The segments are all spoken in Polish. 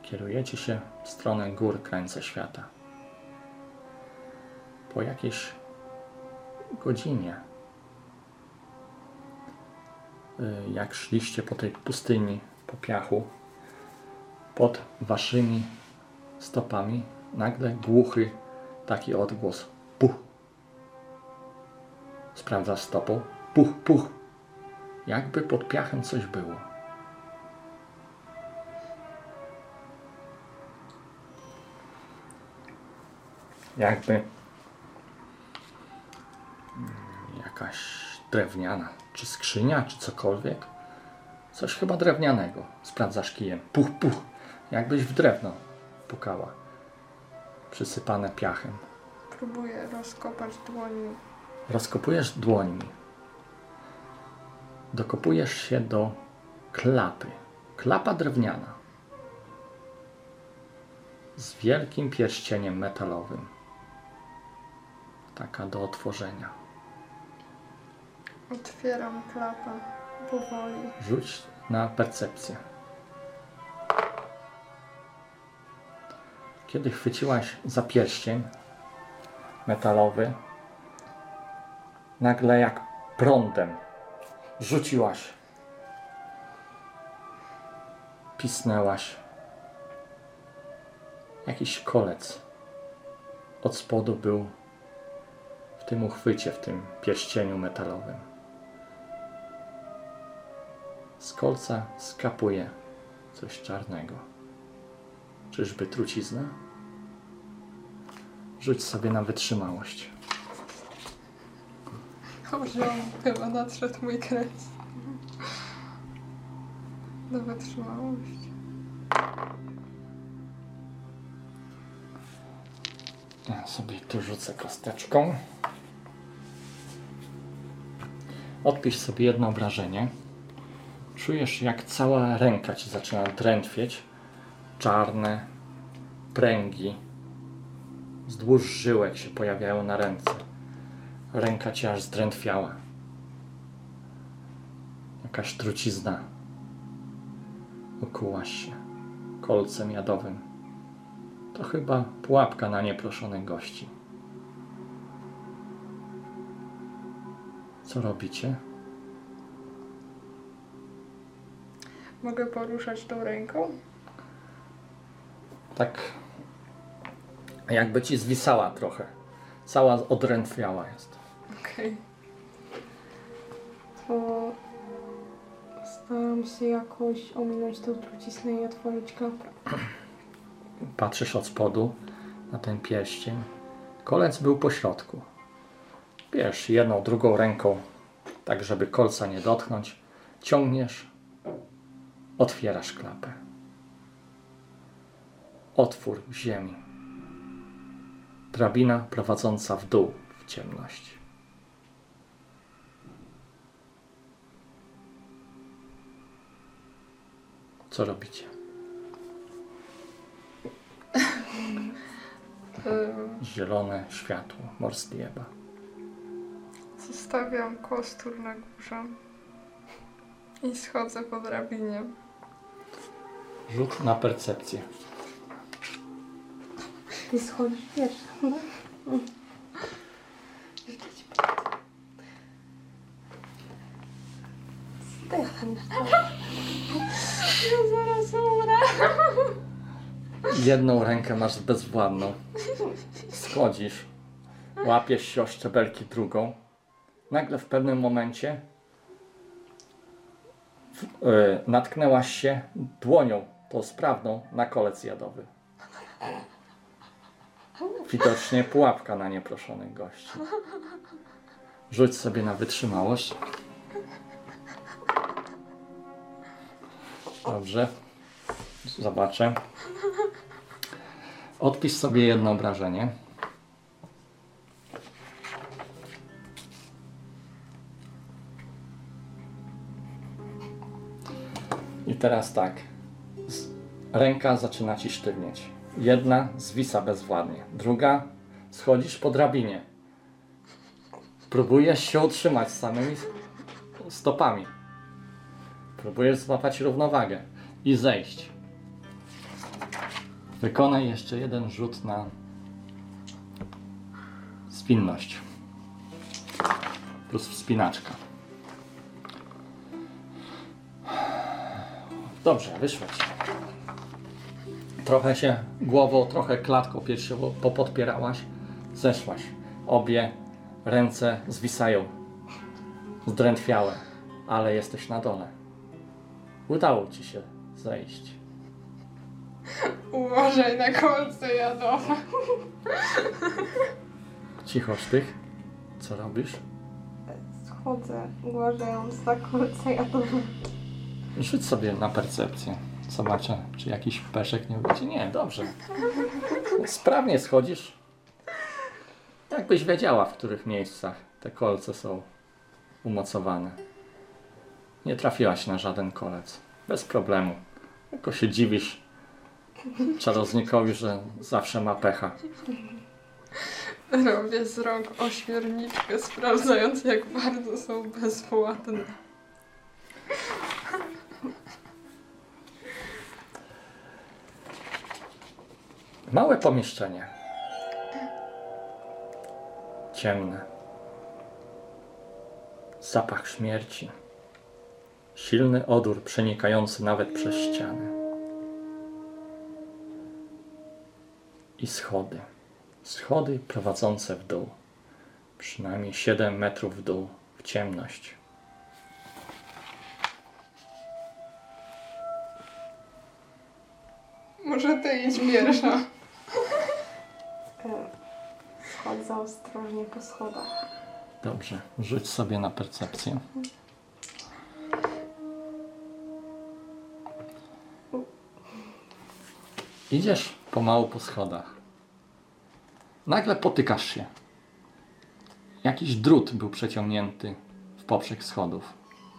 Kierujecie się w stronę gór krańca świata. Po jakiejś godzinie, jak szliście po tej pustyni, po piachu, pod waszymi stopami nagle głuchy taki odgłos. Puch. Sprawdzasz stopą. Puch, puch. Jakby pod piachem coś było. Jakby jakaś drewniana, czy skrzynia, czy cokolwiek. Coś chyba drewnianego. Sprawdzasz kijem. Puch, puch. Jakbyś w drewno pukała. Przysypane piachem. Próbuję rozkopać dłońmi. Rozkopujesz dłońmi. Dokopujesz się do klapy. Klapa drewniana. Z wielkim pierścieniem metalowym. Taka do otworzenia. Otwieram klapę powoli. Rzuć na percepcję. Kiedy chwyciłaś za pierścień metalowy, nagle jak prądem rzuciłaś. Pisnęłaś. Jakiś kolec od spodu był w tym uchwycie, w tym pierścieniu metalowym. Z kolca skapuje coś czarnego. Czyżby trucizna? Rzuć sobie na wytrzymałość. Orzeł, chyba nadszedł mój kres. Na wytrzymałość. Ja sobie tu rzucę kosteczką. Odpisz sobie jedno obrażenie. Czujesz, jak cała ręka ci zaczyna drętwieć. Czarne pręgi wzdłuż żyłek się pojawiają na ręce. Ręka ci aż zdrętwiała. Jakaś trucizna. Ukułaś się kolcem jadowym. To chyba pułapka na nieproszonych gości. Co robicie? Mogę poruszać tą ręką? Tak jakby ci zwisała trochę. Cała odrętwiała jest. Okej. To staram się jakoś ominąć tą truciznę i otworzyć klapę. Patrzysz od spodu na ten pierścień. Kolec był po środku. Bierz jedną, drugą ręką, tak żeby kolca nie dotknąć. Ciągniesz, otwierasz klapę. Otwór w ziemi. Drabina prowadząca w dół w ciemność. Co robicie? Zielone światło Morstieba. Zostawiam kostur na górze i schodzę po drabinie. Rzut na percepcję. Ty schodzisz pierwsza, no? Życzę ci bardzo. Ja zaraz umrę. Jedną rękę masz bezwładną. Schodzisz. Łapiesz się o szczebelki drugą. Nagle w pewnym momencie natknęłaś się dłonią, tą sprawną, na kolec jadowy. Widocznie pułapka na nieproszonych gości. Rzuć sobie na wytrzymałość. Dobrze. Zobaczę. Odpisz sobie jedno obrażenie. I teraz tak. Ręka zaczyna ci sztywnieć. Jedna zwisa bezwładnie. Druga schodzisz po drabinie. Próbujesz się utrzymać samymi stopami. Próbujesz złapać równowagę i zejść. Wykonaj jeszcze jeden rzut na zwinność. Plus wspinaczka. Dobrze, wyszło ci. Trochę się głową, trochę klatką piersiową popodpierałaś. Zeszłaś. Obie ręce zwisają. Zdrętwiałe. Ale jesteś na dole. Udało ci się zejść. Uważaj na kolce jadowe. Cicho, Sztych. Co robisz? Schodzę, uważając na kolce jadowe. Rzuć sobie na percepcję. Zobaczę, czy jakiś peszek nie będzie. Nie, dobrze. Sprawnie schodzisz. Jakbyś wiedziała, w których miejscach te kolce są umocowane. Nie trafiłaś na żaden kolec. Bez problemu. Tylko się dziwisz czarownikowi, że zawsze ma pecha. Robię z rąk ośmiorniczkę, sprawdzając, jak bardzo są bezwładne. Małe pomieszczenie. Ciemne. Zapach śmierci. Silny odór przenikający nawet przez ściany. I schody. Schody prowadzące w dół. Przynajmniej 7 metrów w dół, w ciemność. Może ty idź pierwsza. Schodzę ostrożnie po schodach. Dobrze, rzuć sobie na percepcję. Idziesz pomału po schodach. Nagle potykasz się. Jakiś drut był przeciągnięty w poprzek schodów.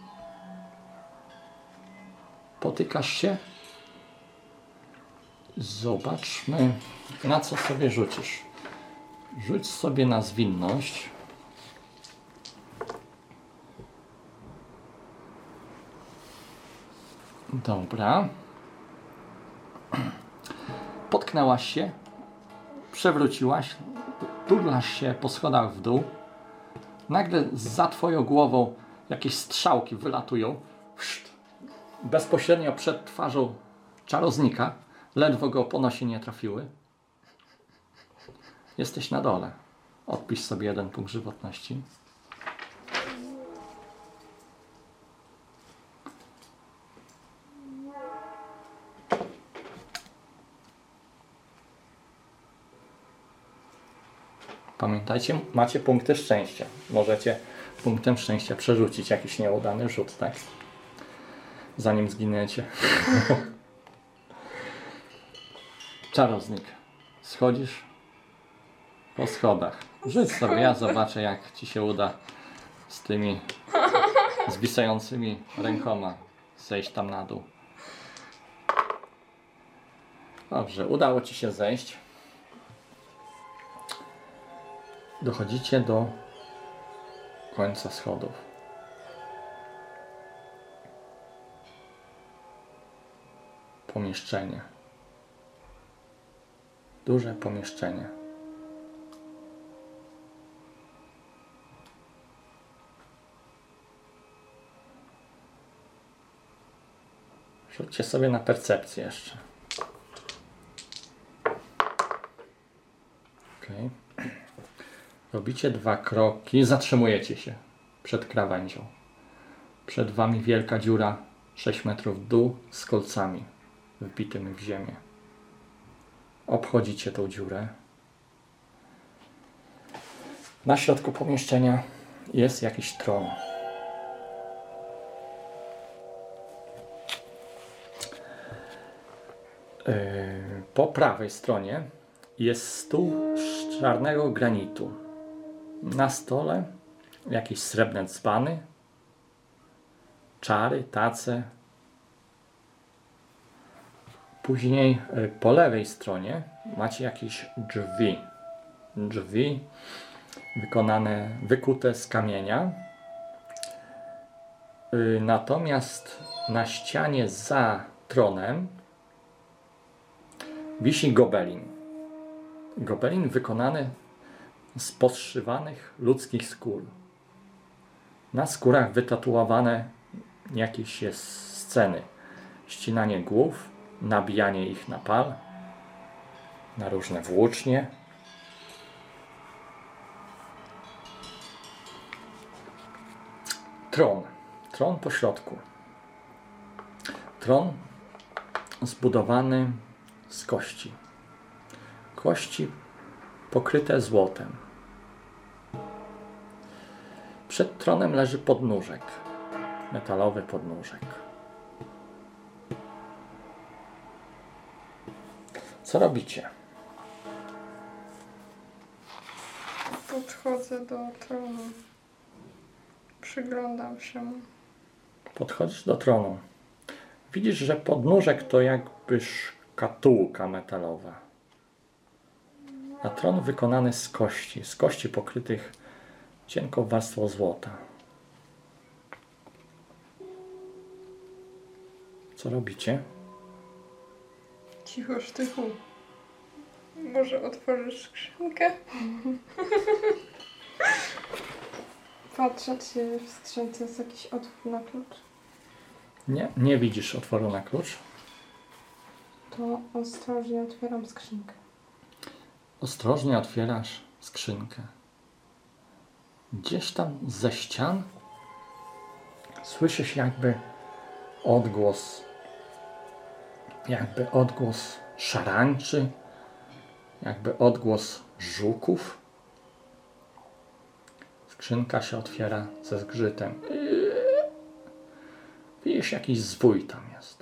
Potykasz się. Zobaczmy, na co sobie rzucisz. Rzuć sobie na zwinność. Dobra. Potknęłaś się, przewróciłaś, turlasz się po schodach w dół. Nagle za twoją głową jakieś strzałki wylatują. Szt. Bezpośrednio przed twarzą czarownika. Ledwo go po nosie nie trafiły. Jesteś na dole. Odpisz sobie 1 punkt żywotności. Pamiętajcie, macie punkty szczęścia. Możecie punktem szczęścia przerzucić jakiś nieudany rzut, tak? Zanim zginiecie. Czarownik. Schodzisz po schodach. Rzuć sobie, ja zobaczę, jak ci się uda z tymi zwisającymi rękoma zejść tam na dół. Dobrze, udało ci się zejść. Dochodzicie do końca schodów. Pomieszczenie. Duże pomieszczenie. Rzućcie sobie na percepcję jeszcze. Okay. Robicie 2 kroki, zatrzymujecie się przed krawędzią. Przed wami wielka dziura 6 metrów w dół z kolcami wbitymi w ziemię. Obchodzicie tą dziurę. Na środku pomieszczenia jest jakiś tron. Po prawej stronie jest stół z czarnego granitu. Na stole jakieś srebrne dzbany, czary, tace. Później po lewej stronie macie jakieś drzwi. Drzwi wykute z kamienia. Natomiast na ścianie za tronem Wisi gobelin. Gobelin wykonany z poszywanych ludzkich skór. Na skórach wytatuowane jakieś jest sceny. Ścinanie głów, nabijanie ich na pal, na różne włócznie. Tron. Tron po środku. Tron zbudowany z kości. Kości pokryte złotem. Przed tronem leży podnóżek. Metalowy podnóżek. Co robicie? Podchodzę do tronu. Przyglądam się mu. Podchodzisz do tronu. Widzisz, że podnóżek to jakby szkatułka metalowa. A tron wykonany z kości pokrytych cienką warstwą złota. Co robicie? Cicho, sztychu. Może otworzysz skrzynkę? Patrzę, czy w skrzynce jest jakiś otwór na klucz. Nie widzisz otworu na klucz. To ostrożnie otwieram skrzynkę. Ostrożnie otwierasz skrzynkę. Gdzieś tam ze ścian słyszysz jakby odgłos szarańczy, jakby odgłos żuków. Skrzynka się otwiera ze zgrzytem. Widzisz, jakiś zwój tam jest.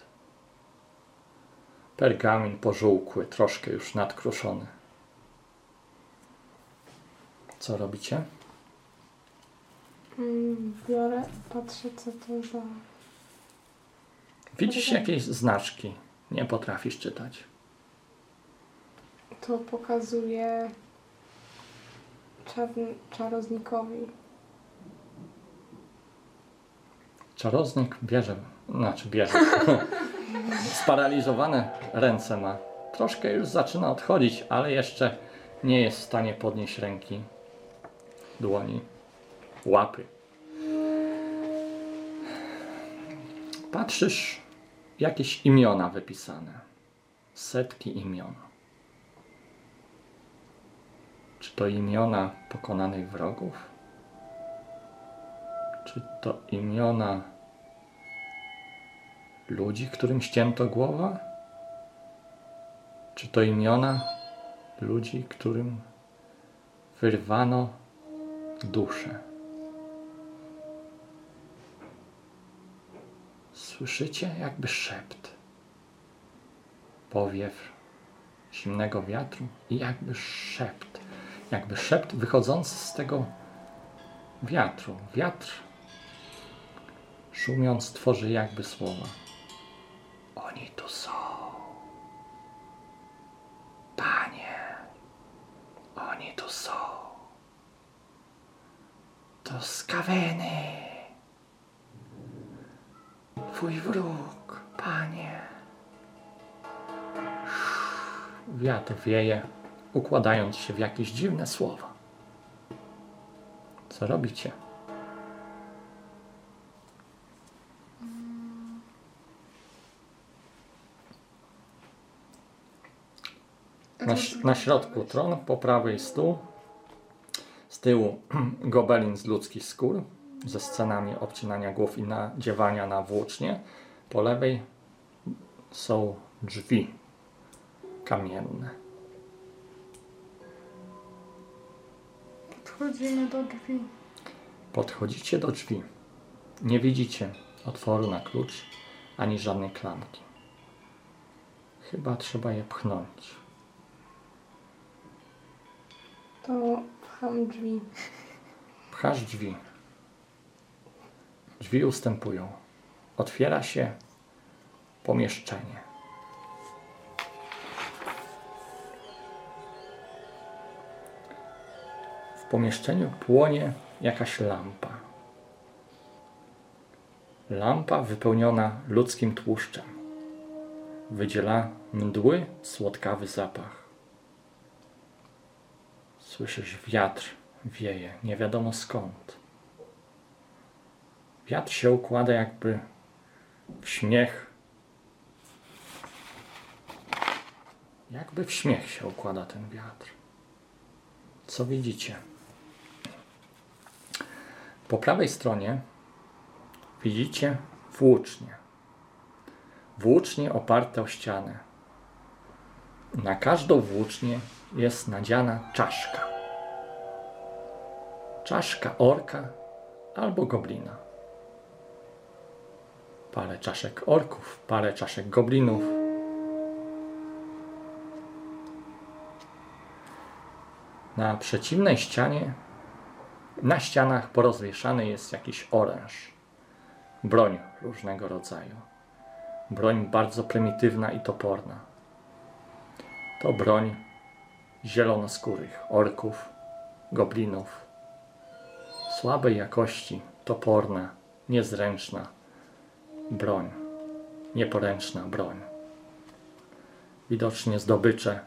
Pergamin pożółkły, troszkę już nadkruszony. Co robicie? Biorę, patrzę, co to za... Widzisz jakieś znaczki. Nie potrafisz czytać. To pokazuje czaroznikowi. Czarownik bierze. Sparaliżowane ręce ma. Troszkę już zaczyna odchodzić, ale jeszcze nie jest w stanie podnieść ręki, dłoni, łapy. Patrzysz, jakieś imiona wypisane. Setki imion. Czy to imiona pokonanych wrogów? Czy to imiona ludzi, którym ścięto głowa? Czy to imiona ludzi, którym wyrwano duszę? Słyszycie jakby szept. Powiew zimnego wiatru i jakby szept wychodzący z tego wiatru. Wiatr szumiąc tworzy jakby słowa. Oni tu są. Panie, oni tu są. To Skaweny. Twój wróg, Panie. Wiatr wieje, układając się w jakieś dziwne słowa. Co robicie? Na środku tron, po prawej stół, z tyłu gobelin z ludzkich skór, ze scenami obcinania głów i nadziewania na włócznie. Po lewej są drzwi kamienne. Podchodzimy do drzwi. Podchodzicie do drzwi. Nie widzicie otworu na klucz, ani żadnej klamki. Chyba trzeba je pchnąć. To pcham drzwi. Pchasz drzwi. Drzwi ustępują. Otwiera się pomieszczenie. W pomieszczeniu płonie jakaś lampa. Lampa wypełniona ludzkim tłuszczem. wydziela mdły, słodkawy zapach. Słyszysz, wiatr wieje, nie wiadomo skąd. Wiatr się układa jakby w śmiech. Jakby w śmiech się układa ten wiatr. Co widzicie? Po prawej stronie widzicie włócznie. Włócznie oparte o ścianę. Na każdą włócznię jest nadziana czaszka. Czaszka orka albo goblina. Parę czaszek orków, parę czaszek goblinów. Na przeciwnej ścianie, na ścianach porozwieszany jest jakiś oręż. Broń różnego rodzaju. Broń bardzo prymitywna i toporna. To broń zielonoskórych orków, goblinów. Słabej jakości, toporna, niezręczna broń. Nieporęczna broń. Widocznie zdobycze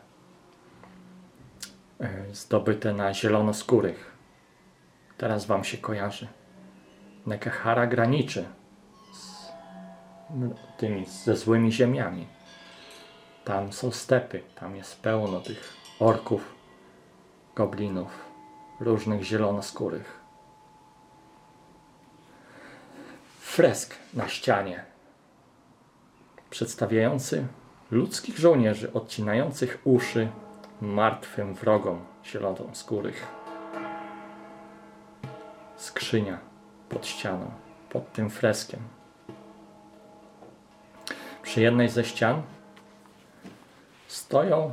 zdobyte na zielonoskórych. Teraz wam się kojarzy. Nekahara graniczy ze złymi ziemiami. Tam są stepy, tam jest pełno tych orków, goblinów, różnych zielonoskórych. Fresk na ścianie przedstawiający ludzkich żołnierzy odcinających uszy martwym wrogom zielonoskórych. Skrzynia pod ścianą, pod tym freskiem. Przy jednej ze ścian stoją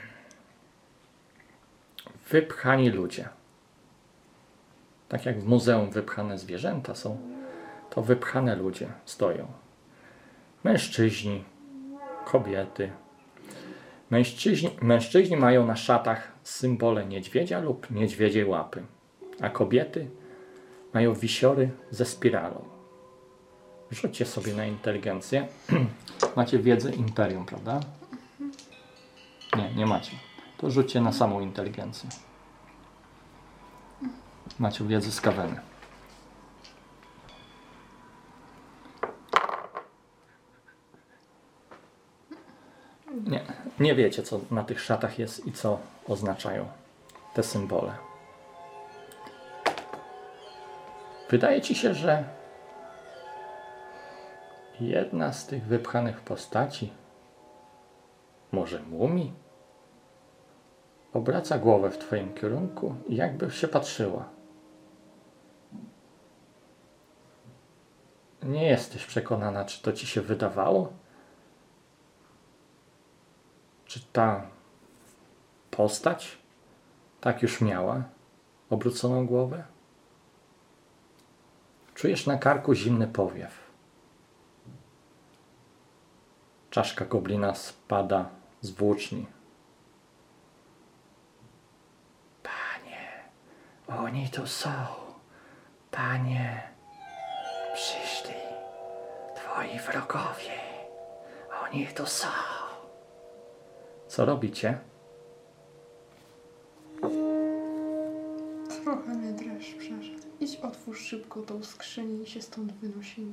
wypchani ludzie. Tak jak w muzeum wypchane zwierzęta są, to wypchane ludzie stoją. Mężczyźni, kobiety. Mężczyźni mają na szatach symbole niedźwiedzia lub niedźwiedziej łapy, a kobiety mają wisiory ze spiralą. Rzućcie sobie na inteligencję. Macie wiedzę imperium, prawda? Nie macie. To rzućcie na samą inteligencję. Macie wiedzę z kaweny. Nie wiecie, co na tych szatach jest i co oznaczają te symbole. Wydaje ci się, że jedna z tych wypchanych postaci, może mumii, obraca głowę w twoim kierunku i jakby się patrzyła. Nie jesteś przekonana, czy to ci się wydawało? Czy ta postać tak już miała obróconą głowę? Czujesz na karku zimny powiew. Czaszka goblina spada z włóczni. Panie, oni tu są. Panie, przyszli twoi wrogowie. Oni tu są. Co robicie? Trochę mnie dreszcz przeszedł. Idź otwórz szybko tą skrzynię i się stąd wynosimy.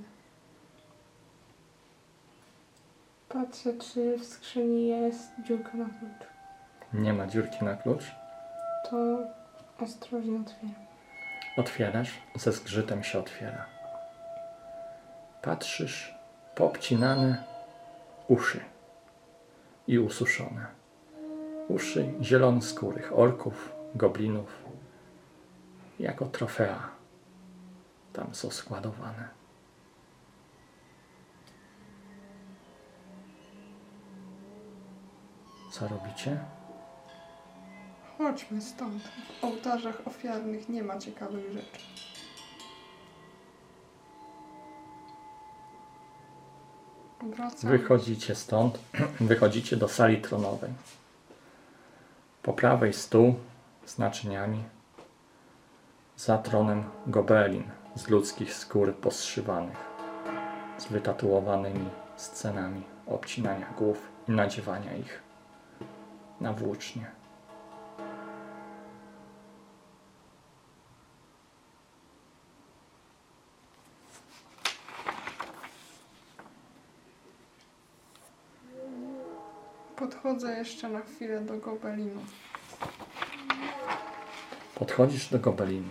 Patrzę, czy w skrzyni jest dziurka na klucz. Nie ma dziurki na klucz. To ostrożnie otwieram. Otwierasz, ze zgrzytem się otwiera. Patrzysz, poobcinane uszy i ususzone. Uszy zielonoskórych orków, goblinów. Jako trofea tam są składowane. Co robicie? Chodźmy stąd. W ołtarzach ofiarnych nie ma ciekawych rzeczy. Wracamy. Wychodzicie stąd, wychodzicie do sali tronowej. Po prawej stół z naczyniami, za tronem gobelin z ludzkich skór poszywanych, z wytatuowanymi scenami obcinania głów i nadziewania ich na włócznie. Podchodzę jeszcze na chwilę do gobelinu. Podchodzisz do gobelinu.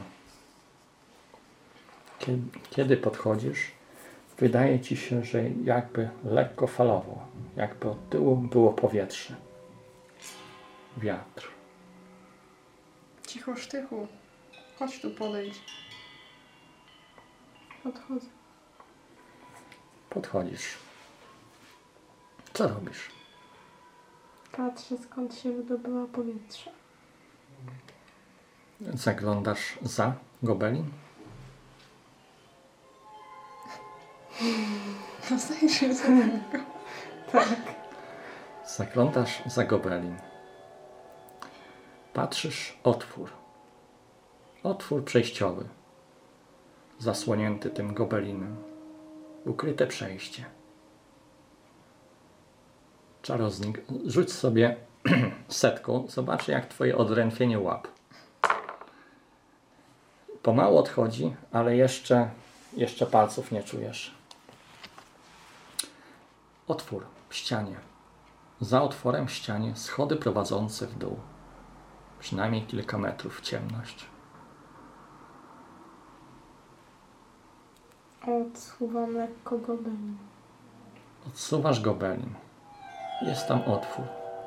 Kiedy podchodzisz, wydaje ci się, że jakby lekko falowo, jakby od tyłu było powietrze. Wiatr. Cicho sztychu. Chodź tu podejdź. Odchodzę. Podchodzisz. Co robisz? Patrzę, skąd się wydobywa powietrze. Zaglądasz za gobelin? No zajrzyj za niego. Tak. Zaglądasz za gobelin. Patrzysz, otwór. Otwór przejściowy. Zasłonięty tym gobelinem. Ukryte przejście. Czarownik, rzuć sobie setką. Zobaczy, jak twoje odrętwienie łap. Pomału odchodzi, ale jeszcze palców nie czujesz. Otwór w ścianie. Za otworem w ścianie schody prowadzące w dół. Przynajmniej kilka metrów w ciemność. Odsuwam lekko gobelin. Odsuwasz gobelin. Jest tam otwór.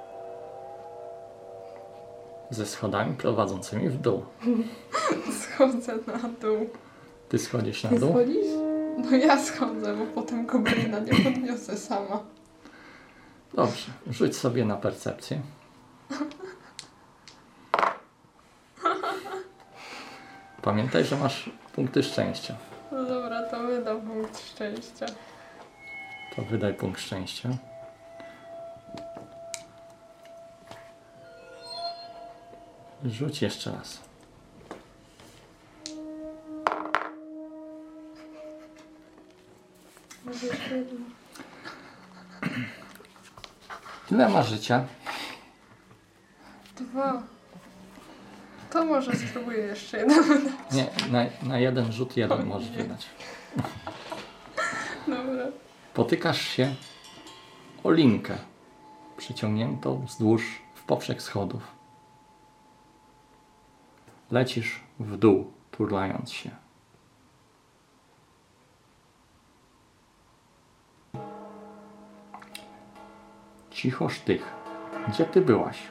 Ze schodami prowadzącymi w dół. Schodzę na dół. Ty schodzisz na Ty dół? schodzisz? No ja schodzę, bo potem gobelina nie podniosę sama. Dobrze. Rzuć sobie na percepcję. Pamiętaj, że masz punkty szczęścia. No dobra, to wydam punkt szczęścia. To wydaj punkt szczęścia. Rzuć jeszcze raz. Może jeszcze jeden. Ile masz życia? 2. To może spróbuję jeszcze jeden wydać. Nie, na jeden rzut jeden możesz wydać. Dobra. Potykasz się o linkę przeciągniętą wzdłuż w poprzek schodów. Lecisz w dół, turlając się. Cicho sztych. Gdzie ty byłaś?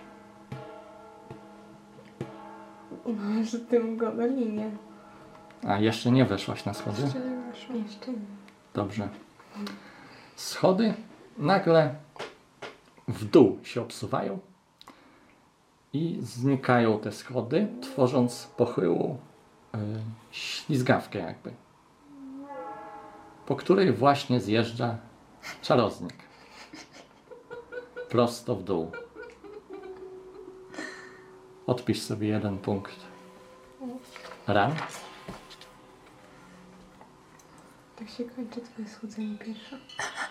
Może tym gobelinie. A jeszcze nie weszłaś na schody? Jeszcze nie weszło. Jeszcze nie. Dobrze. Schody nagle w dół się obsuwają i znikają te schody, tworząc pochyłą ślizgawkę jakby, po której właśnie zjeżdża czarownik. Prosto w dół. Odpisz sobie jeden punkt ran. Tak się kończy twoje schodzenie pierwsze.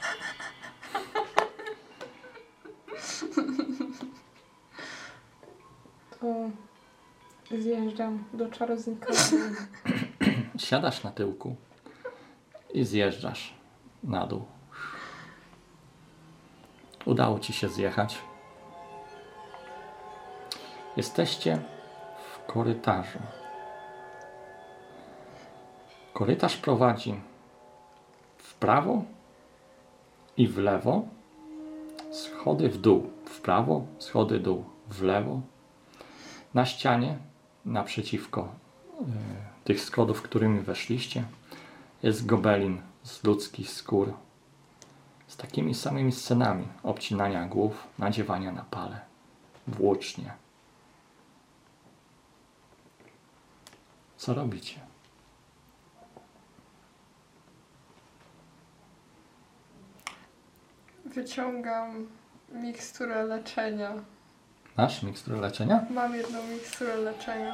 To zjeżdżam do czarownika. Siadasz na tyłku i zjeżdżasz na dół. Udało ci się zjechać. Jesteście w korytarzu. Korytarz prowadzi w prawo i w lewo. Schody w dół. W prawo, schody dół. W lewo. Na ścianie, naprzeciwko tych schodów, którymi weszliście, jest gobelin z ludzkich skór. Z takimi samymi scenami obcinania głów, nadziewania na pale, włócznie. Co robicie? Wyciągam miksturę leczenia. Masz miksturę leczenia? Mam jedną miksturę leczenia.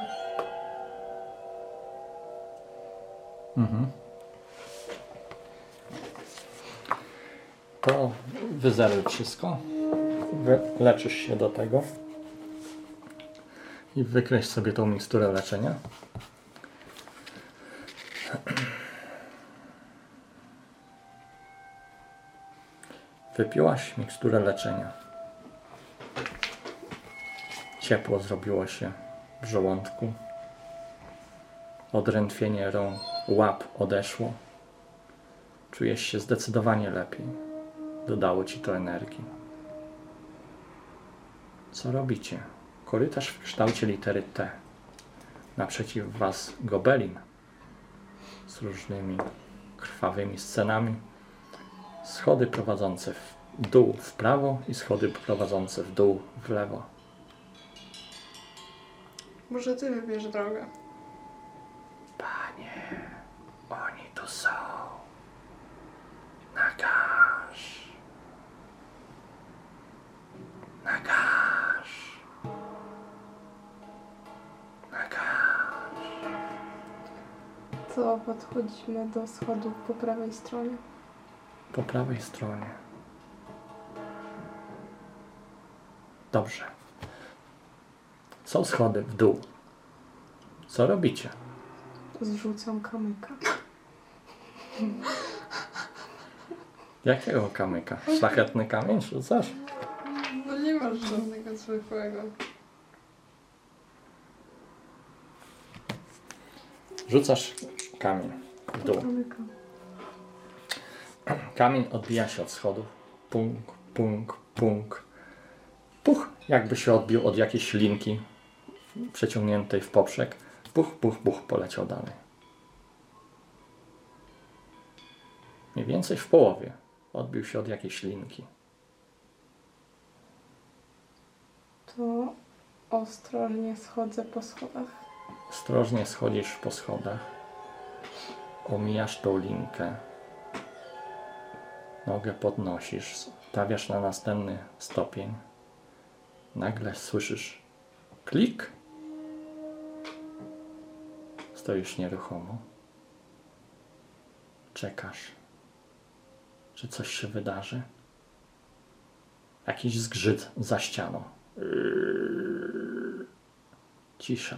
Mhm. To wyzeruj wszystko. Leczysz się do tego. I wykreś sobie tą miksturę leczenia. Wypiłaś miksturę leczenia. Ciepło zrobiło się w żołądku. Odrętwienie rąk, łap odeszło. Czujesz się zdecydowanie lepiej. Dodało ci to energii. Co robicie? Korytarz w kształcie litery T. Naprzeciw was gobelin z różnymi krwawymi scenami. Schody prowadzące w dół w prawo i schody prowadzące w dół w lewo. Może ty wybierz drogę. Panie, oni tu są. Nakaż. Nakaż. Nakaż. To podchodzimy do schodów po prawej stronie. Po prawej stronie. Dobrze. Są schody w dół. Co robicie? Zrzucam kamyka. Jakiego kamyka? Szlachetny kamień rzucasz? No nie masz żadnego zwykłego. Rzucasz kamień w dół. Kamyka. Kamień odbija się od schodów. Punk, punk, punk. Puch, jakby się odbił od jakiejś linki przeciągniętej w poprzek. Puch, puch, puch, poleciał dalej. Mniej więcej w połowie odbił się od jakiejś linki. To ostrożnie schodzę po schodach. Ostrożnie schodzisz po schodach. Omijasz tą linkę. Nogę podnosisz, stawiasz na następny stopień. Nagle słyszysz klik. Stoisz nieruchomo. Czekasz. Czy coś się wydarzy? Jakiś zgrzyt za ścianą. Cisza.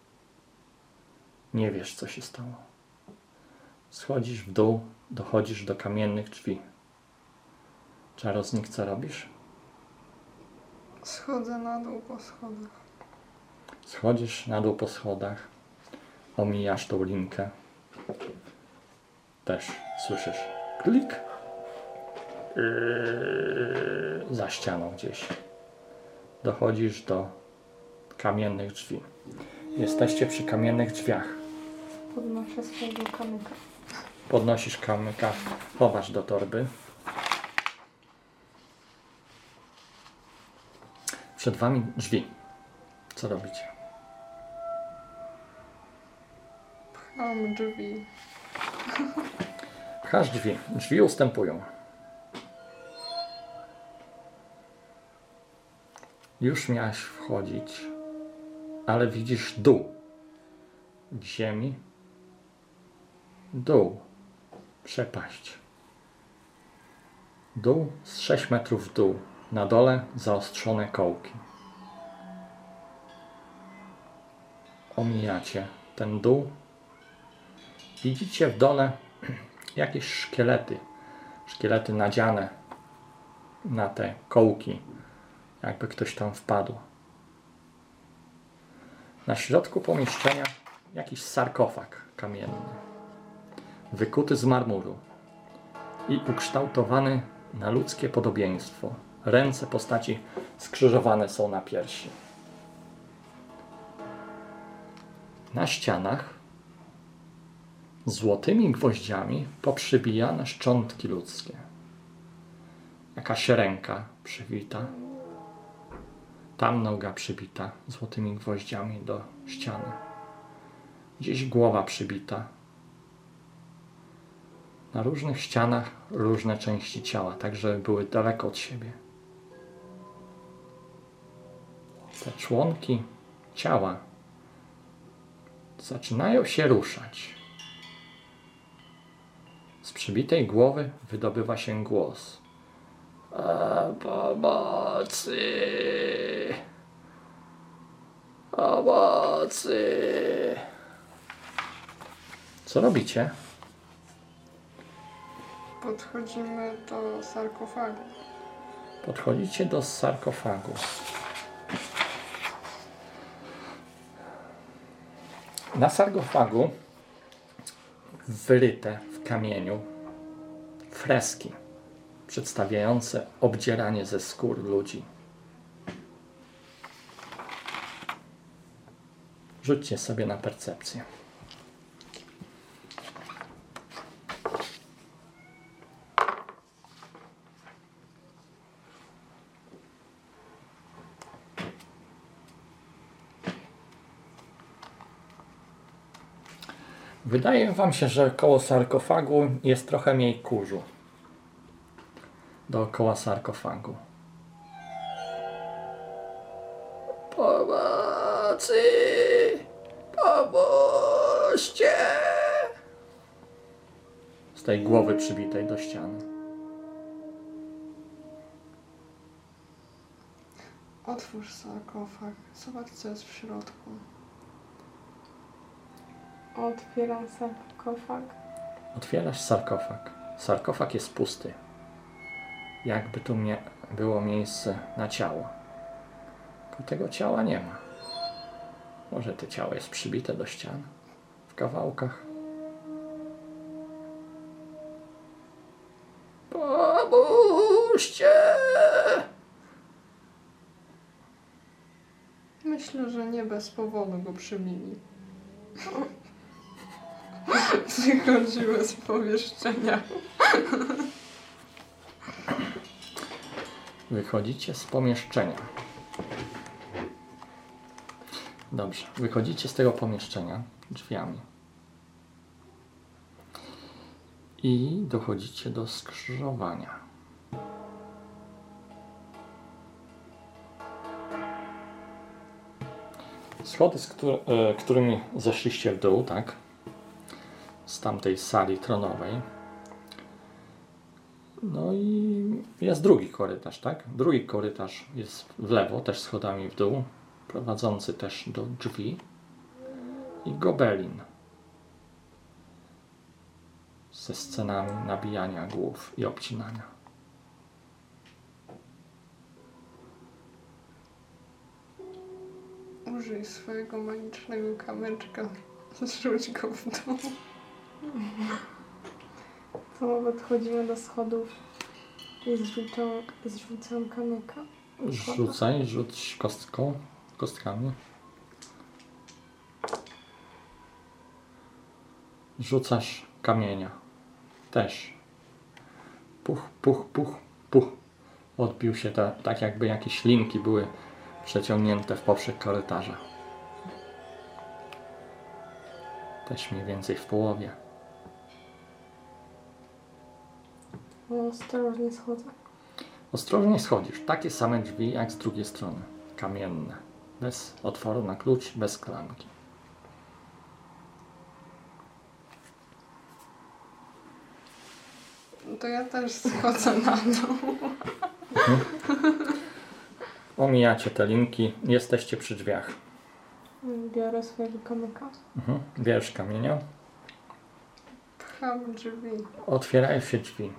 Nie wiesz, co się stało. Schodzisz w dół, dochodzisz do kamiennych drzwi. Czarownik, co robisz? Schodzę na dół po schodach. Schodzisz na dół po schodach, omijasz tą linkę. Też słyszysz klik. Za ścianą gdzieś. Dochodzisz do kamiennych drzwi. Jesteście przy kamiennych drzwiach. Podnoszę swojego kamyka. Podnosisz kamyka, chowasz do torby. Przed wami drzwi. Co robicie? Mam drzwi. Pchasz drzwi. Drzwi ustępują. Już miałaś wchodzić, ale widzisz dół. W ziemi. Dół. Przepaść. Dół z 6 metrów w dół. Na dole zaostrzone kołki. Omijacie ten dół. Widzicie w dole jakieś szkielety. Szkielety nadziane na te kołki. Jakby ktoś tam wpadł. Na środku pomieszczenia jakiś sarkofag kamienny. Wykuty z marmuru i ukształtowany na ludzkie podobieństwo. Ręce postaci skrzyżowane są na piersi. Na ścianach złotymi gwoździami poprzybijane szczątki ludzkie. Jakaś ręka przybita. Tam noga przybita złotymi gwoździami do ściany. Gdzieś głowa przybita. Na różnych ścianach różne części ciała, tak żeby były daleko od siebie. Te członki ciała zaczynają się ruszać. Z przybitej głowy wydobywa się głos. Pomocy! Pomocy! Co robicie? Podchodzimy do sarkofagu. Podchodzicie do sarkofagu. Na sarkofagu wyryte w kamieniu freski przedstawiające obdzieranie ze skór ludzi. Rzućcie sobie na percepcję. Wydaje wam się, że koło sarkofagu jest trochę mniej kurzu. Dookoła sarkofagu. Pomocy! Pomóżcie! Z tej głowy przybitej do ściany. Otwórz sarkofag. Zobacz, co jest w środku. Otwieram sarkofag. Otwierasz sarkofag. Sarkofag jest pusty. Jakby tu było miejsce na ciało. Tylko tego ciała nie ma. Może to ciało jest przybite do ścian w kawałkach. Pomóżcie! Myślę, że nie bez powodu go przybili. Wychodziły z pomieszczenia. Wychodzicie z pomieszczenia. Dobrze, wychodzicie z tego pomieszczenia drzwiami. I dochodzicie do skrzyżowania. Schody, którymi zeszliście w dół, tak? Z tamtej sali tronowej. No i jest drugi korytarz, tak? Drugi korytarz jest w lewo, też schodami w dół, prowadzący też do drzwi. I gobelin ze scenami nabijania głów i obcinania. Użyj swojego magicznego kamyczka. Zrzuć go w dół. To podchodzimy do schodów i zrzucam kamyka. Rzuć kostkami. Rzucasz kamienia. Też. Puch, puch, puch, puch. Odbił się tak jakby jakieś linki były przeciągnięte w poprzek korytarza. Też mniej więcej w połowie. Ostrożnie schodzę. Ostrożnie schodzisz. Takie same drzwi jak z drugiej strony. Kamienne. Bez otworu na klucz, bez klamki. To ja też schodzę na dół. Omijacie te linki. Jesteście przy drzwiach. Biorę swojego kamyka. Bierzesz kamienia. Pcham drzwi. Otwierają się drzwi.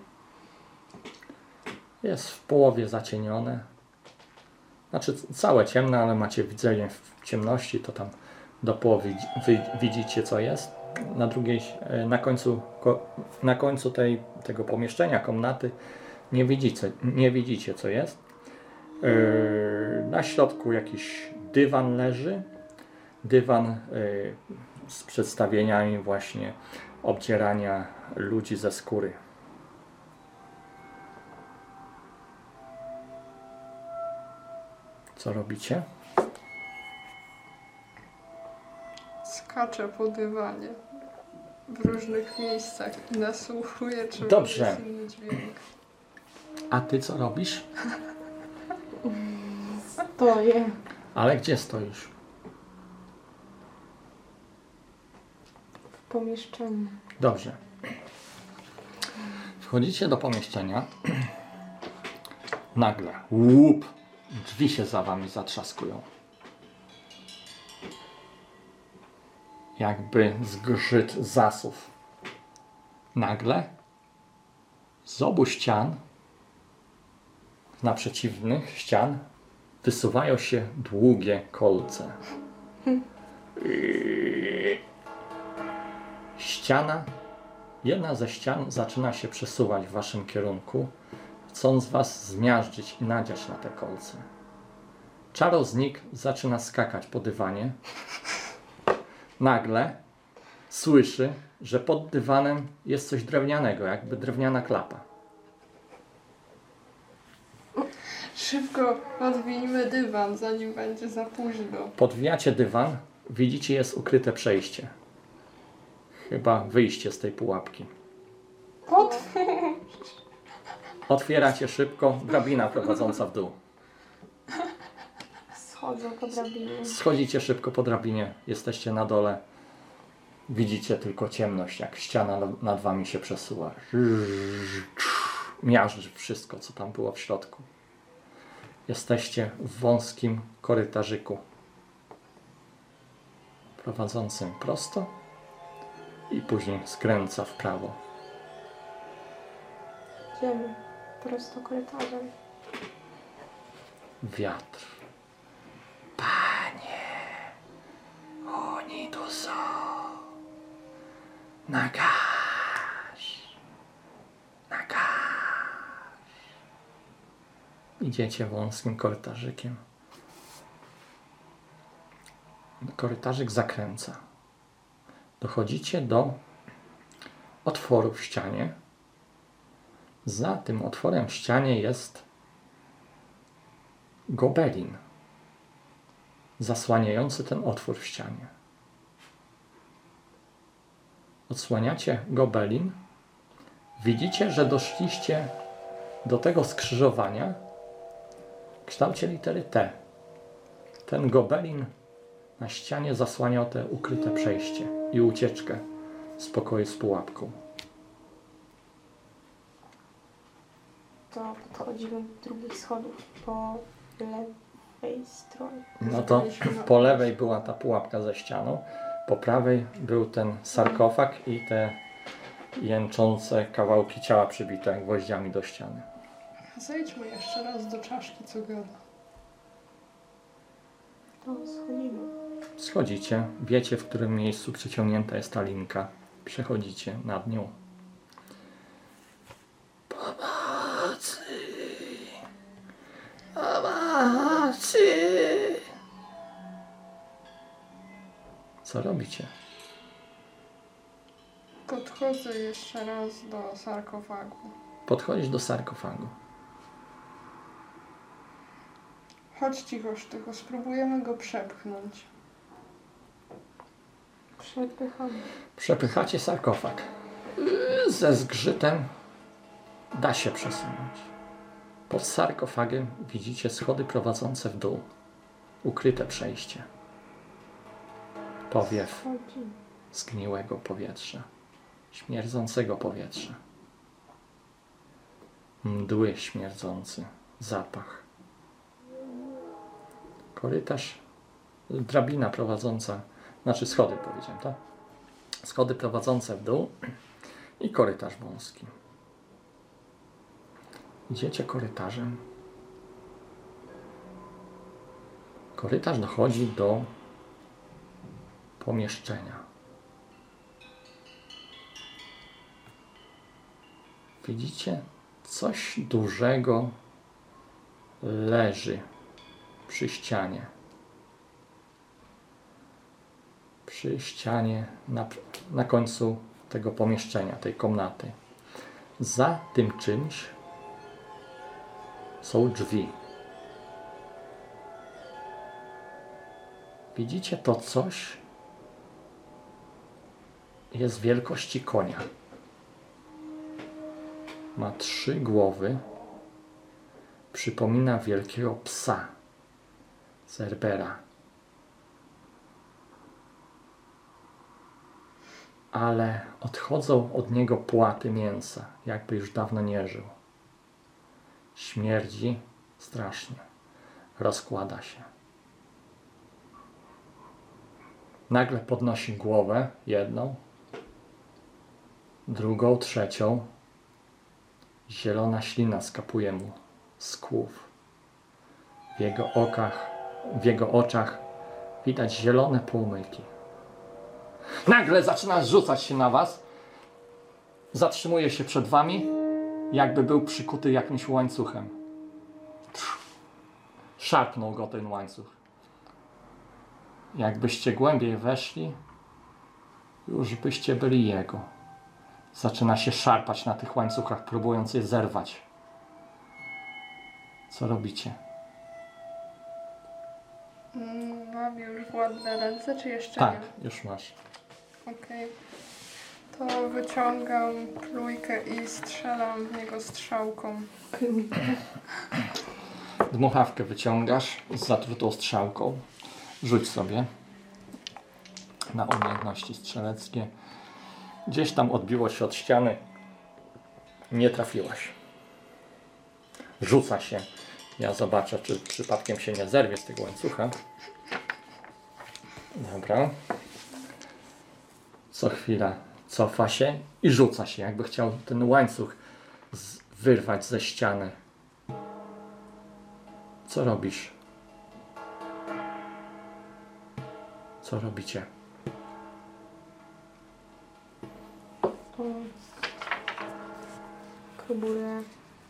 Jest w połowie zacienione. Znaczy całe ciemne, ale macie widzenie w ciemności, to tam do połowy widzicie co jest. Na końcu tego pomieszczenia, komnaty nie widzicie co jest. Na środku jakiś dywan leży. Dywan z przedstawieniami właśnie obcierania ludzi ze skóry. Co robicie? Skaczę po dywanie w różnych miejscach i nasłuchuję, czy Dobrze. jest inny dźwięk. A ty co robisz? Stoję. Ale gdzie stoisz? W pomieszczeniu. Dobrze. Wchodzicie do pomieszczenia. Nagle łup, drzwi się za wami zatrzaskują. Jakby zgrzyt zasów. Nagle z obu ścian, z naprzeciwnych ścian, wysuwają się długie kolce. Jedna ze ścian zaczyna się przesuwać w waszym kierunku, chcąc was zmiażdżyć i nadziać na te kolce. Czarownik zaczyna skakać po dywanie. Nagle słyszy, że pod dywanem jest coś drewnianego, jakby drewniana klapa. Szybko odwijmy dywan, zanim będzie za późno. Podwijacie dywan, widzicie, jest ukryte przejście. Chyba wyjście z tej pułapki. Otwieracie szybko, drabina prowadząca w dół. Schodzę po drabinie. Schodzicie szybko po drabinie, jesteście na dole. Widzicie tylko ciemność, jak ściana nad wami się przesuwa. Miażdży wszystko, co tam było w środku. Jesteście w wąskim korytarzyku prowadzącym prosto i później skręca w prawo. Idziemy prosto korytarzem. Wiatr. Panie, oni tu są. Nagasz. Idziecie wąskim korytarzykiem. Korytarzyk zakręca. Dochodzicie do otworu w ścianie. Za tym otworem w ścianie jest gobelin zasłaniający ten otwór w ścianie. Odsłaniacie gobelin. Widzicie, że doszliście do tego skrzyżowania w kształcie litery T. Ten gobelin na ścianie zasłaniał te ukryte przejście i ucieczkę z pokoju z pułapką. To podchodzimy do drugich schodów po lewej stronie. No to po lewej była ta pułapka ze ścianą, po prawej był ten sarkofag i te jęczące kawałki ciała przybite gwoździami do ściany. Zejdźmy jeszcze raz do czaszki, co gada. To schodzimy. Schodzicie, wiecie, w którym miejscu przyciągnięta jest ta linka. Przechodzicie nad nią. Pomocy! Pomocy! Co robicie? Podchodzę jeszcze raz do sarkofagu. Podchodzisz do sarkofagu. Chodź cichoż, tylko spróbujemy go przepchnąć. Przepychamy. Przepychacie sarkofag. Ze zgrzytem da się przesunąć. Pod sarkofagiem widzicie schody prowadzące w dół. Ukryte przejście. Powiew Schodzimy. zgniłego powietrza. Śmierdzącego powietrza. Mdły śmierdzący. Zapach. Korytarz. Drabina prowadząca. Znaczy schody powiedziałem, tak? Schody prowadzące w dół i korytarz wąski. Idziecie korytarzem. Korytarz dochodzi do pomieszczenia. Widzicie? Coś dużego leży przy ścianie. Przy ścianie na końcu tego pomieszczenia, tej komnaty. Za tym czymś są drzwi. Widzicie, to coś jest wielkości konia. Ma 3 głowy. Przypomina wielkiego psa. Cerbera. Ale odchodzą od niego płaty mięsa, jakby już dawno nie żył. Śmierdzi strasznie. Rozkłada się. Nagle podnosi głowę, jedną, drugą, trzecią. Zielona ślina skapuje mu z kłów. W jego oczach widać zielone półmyki. Nagle zaczyna rzucać się na was. Zatrzymuje się przed wami, jakby był przykuty jakimś łańcuchem. Szarpnął go ten łańcuch. Jakbyście głębiej weszli, już byście byli jego. Zaczyna się szarpać na tych łańcuchach, próbując je zerwać. Co robicie? Mam już ładne ręce, czy jeszcze Tak, nie? już masz. Okej. To wyciągam plujkę i strzelam w niego strzałką. Dmuchawkę wyciągasz z zatrutą strzałką. Rzuć sobie na umiejętności strzeleckie. Gdzieś tam odbiło się od ściany. Nie trafiłaś. Rzuca się. Ja zobaczę, czy przypadkiem się nie zerwie z tego łańcucha. Dobra. Co chwila cofa się i rzuca się, jakby chciał ten łańcuch wyrwać ze ściany. Co robisz? Co robicie? Próbuję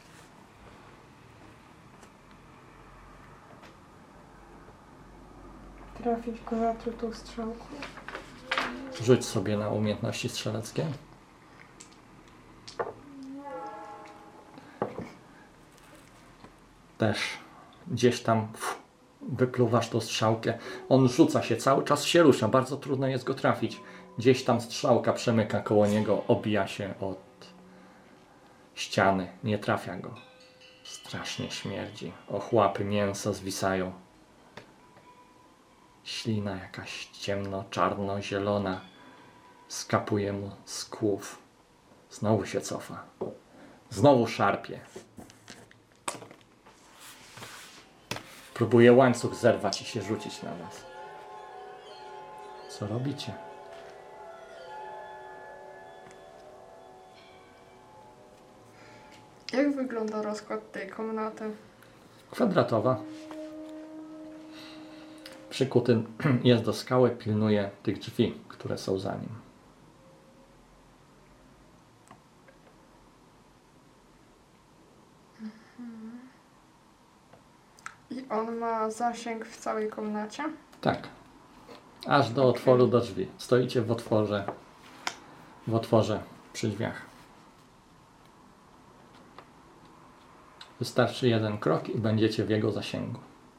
trafić go zatrutą strzałką. Rzuć sobie na umiejętności strzeleckie. Też gdzieś tam wypluwasz tą strzałkę. On rzuca się, cały czas się rusza. Bardzo trudno jest go trafić. Gdzieś tam strzałka przemyka koło niego, obija się od ściany. Nie trafia go. Strasznie śmierdzi. Ochłapy mięsa zwisają. Ślina jakaś ciemno-czarno-zielona skapuje mu z kłów. Znowu się cofa. Znowu szarpie. Próbuje łańcuch zerwać i się rzucić na was. Co robicie? Jak wygląda rozkład tej komnaty? Kwadratowa. Przykuty jest do skały, pilnuje tych drzwi, które są za nim. I on ma zasięg w całej komnacie? Tak. Aż do otworu do drzwi. Stoicie w otworze przy drzwiach. Wystarczy jeden krok i będziecie w jego zasięgu.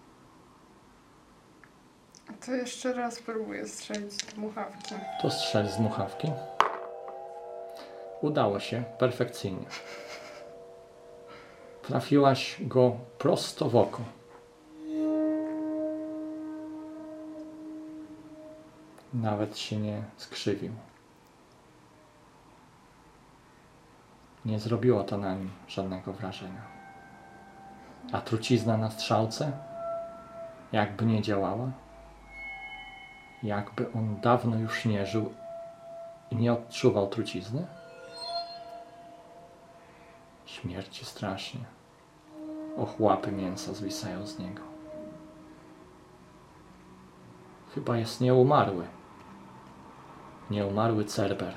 To jeszcze raz próbuję strzelić z dmuchawki. To strzel z dmuchawki. Udało się perfekcyjnie. Trafiłaś go prosto w oko. Nawet się nie skrzywił. Nie zrobiło to na nim żadnego wrażenia. A trucizna na strzałce? Jakby nie działała? Jakby on dawno już nie żył i nie odczuwał trucizny? Śmierci strasznie. Ochłapy mięsa zwisają z niego. Chyba jest nieumarły. Nieumarły Cerber.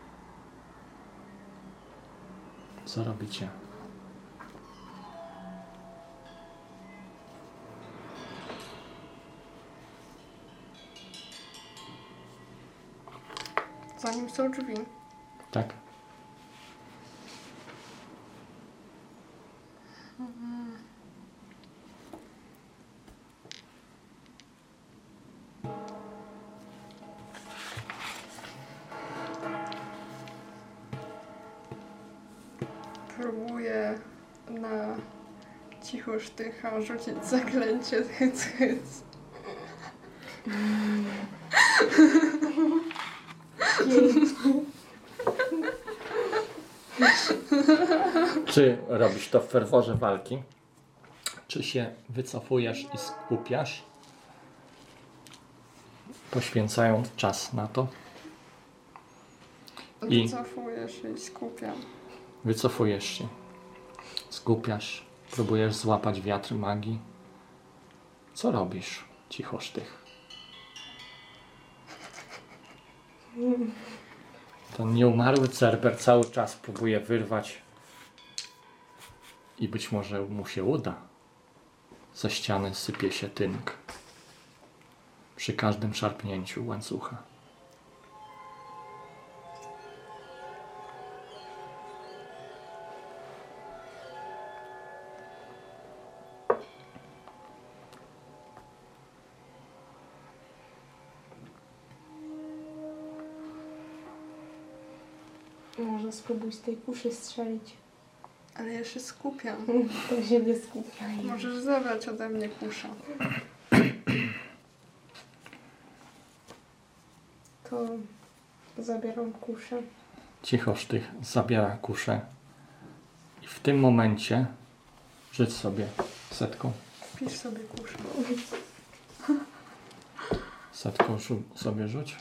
Co robicie? Za nim są drzwi. Tak? Próbuję na cicho sztycha rzucić zaklęcie hyc hyc. Czy robisz to w ferworze walki, czy się wycofujesz i skupiasz, poświęcając czas na to? I Wycofuję się i skupiam. wycofujesz się, skupiasz, próbujesz złapać wiatr magii. Co robisz, cichosztych? Ten nieumarły Cerber cały czas próbuje wyrwać i być może mu się uda. Ze ściany sypie się tynk przy każdym szarpnięciu łańcucha. Może spróbuj z tej kuszy strzelić. Ale ja się skupiam. To się nie skupiaj. Możesz zabrać ode mnie kusza. To zabieram kuszę. Cichosztych zabiera kuszę i w tym momencie rzuć sobie setką. Wpisz sobie kuszę. Setką sobie rzuć.